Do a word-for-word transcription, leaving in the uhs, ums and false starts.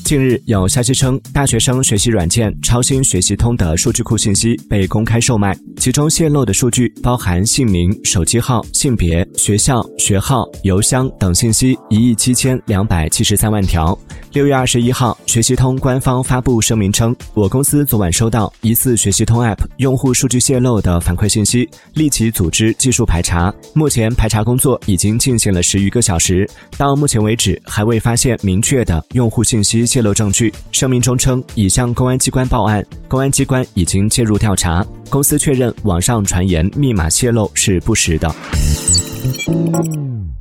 近日有消息称，大学生学习软件超星学习通的数据库信息被公开售卖，其中泄露的数据包含姓名、手机号、性别、学校、学号、邮箱等信息一亿七千两百七十三万条。六月二十一号，学习通官方发布声明称，我公司昨晚收到疑似学习通 App 用户数据泄露的反馈信息，立即组织技术排查。目前排查工作已经进行了十余个小时，到目前为止还未发现明确的用户信息泄露证据。声明中称，已向公安机关报案，公安机关已经介入调查。公司确认网上传言密码泄露是不实的。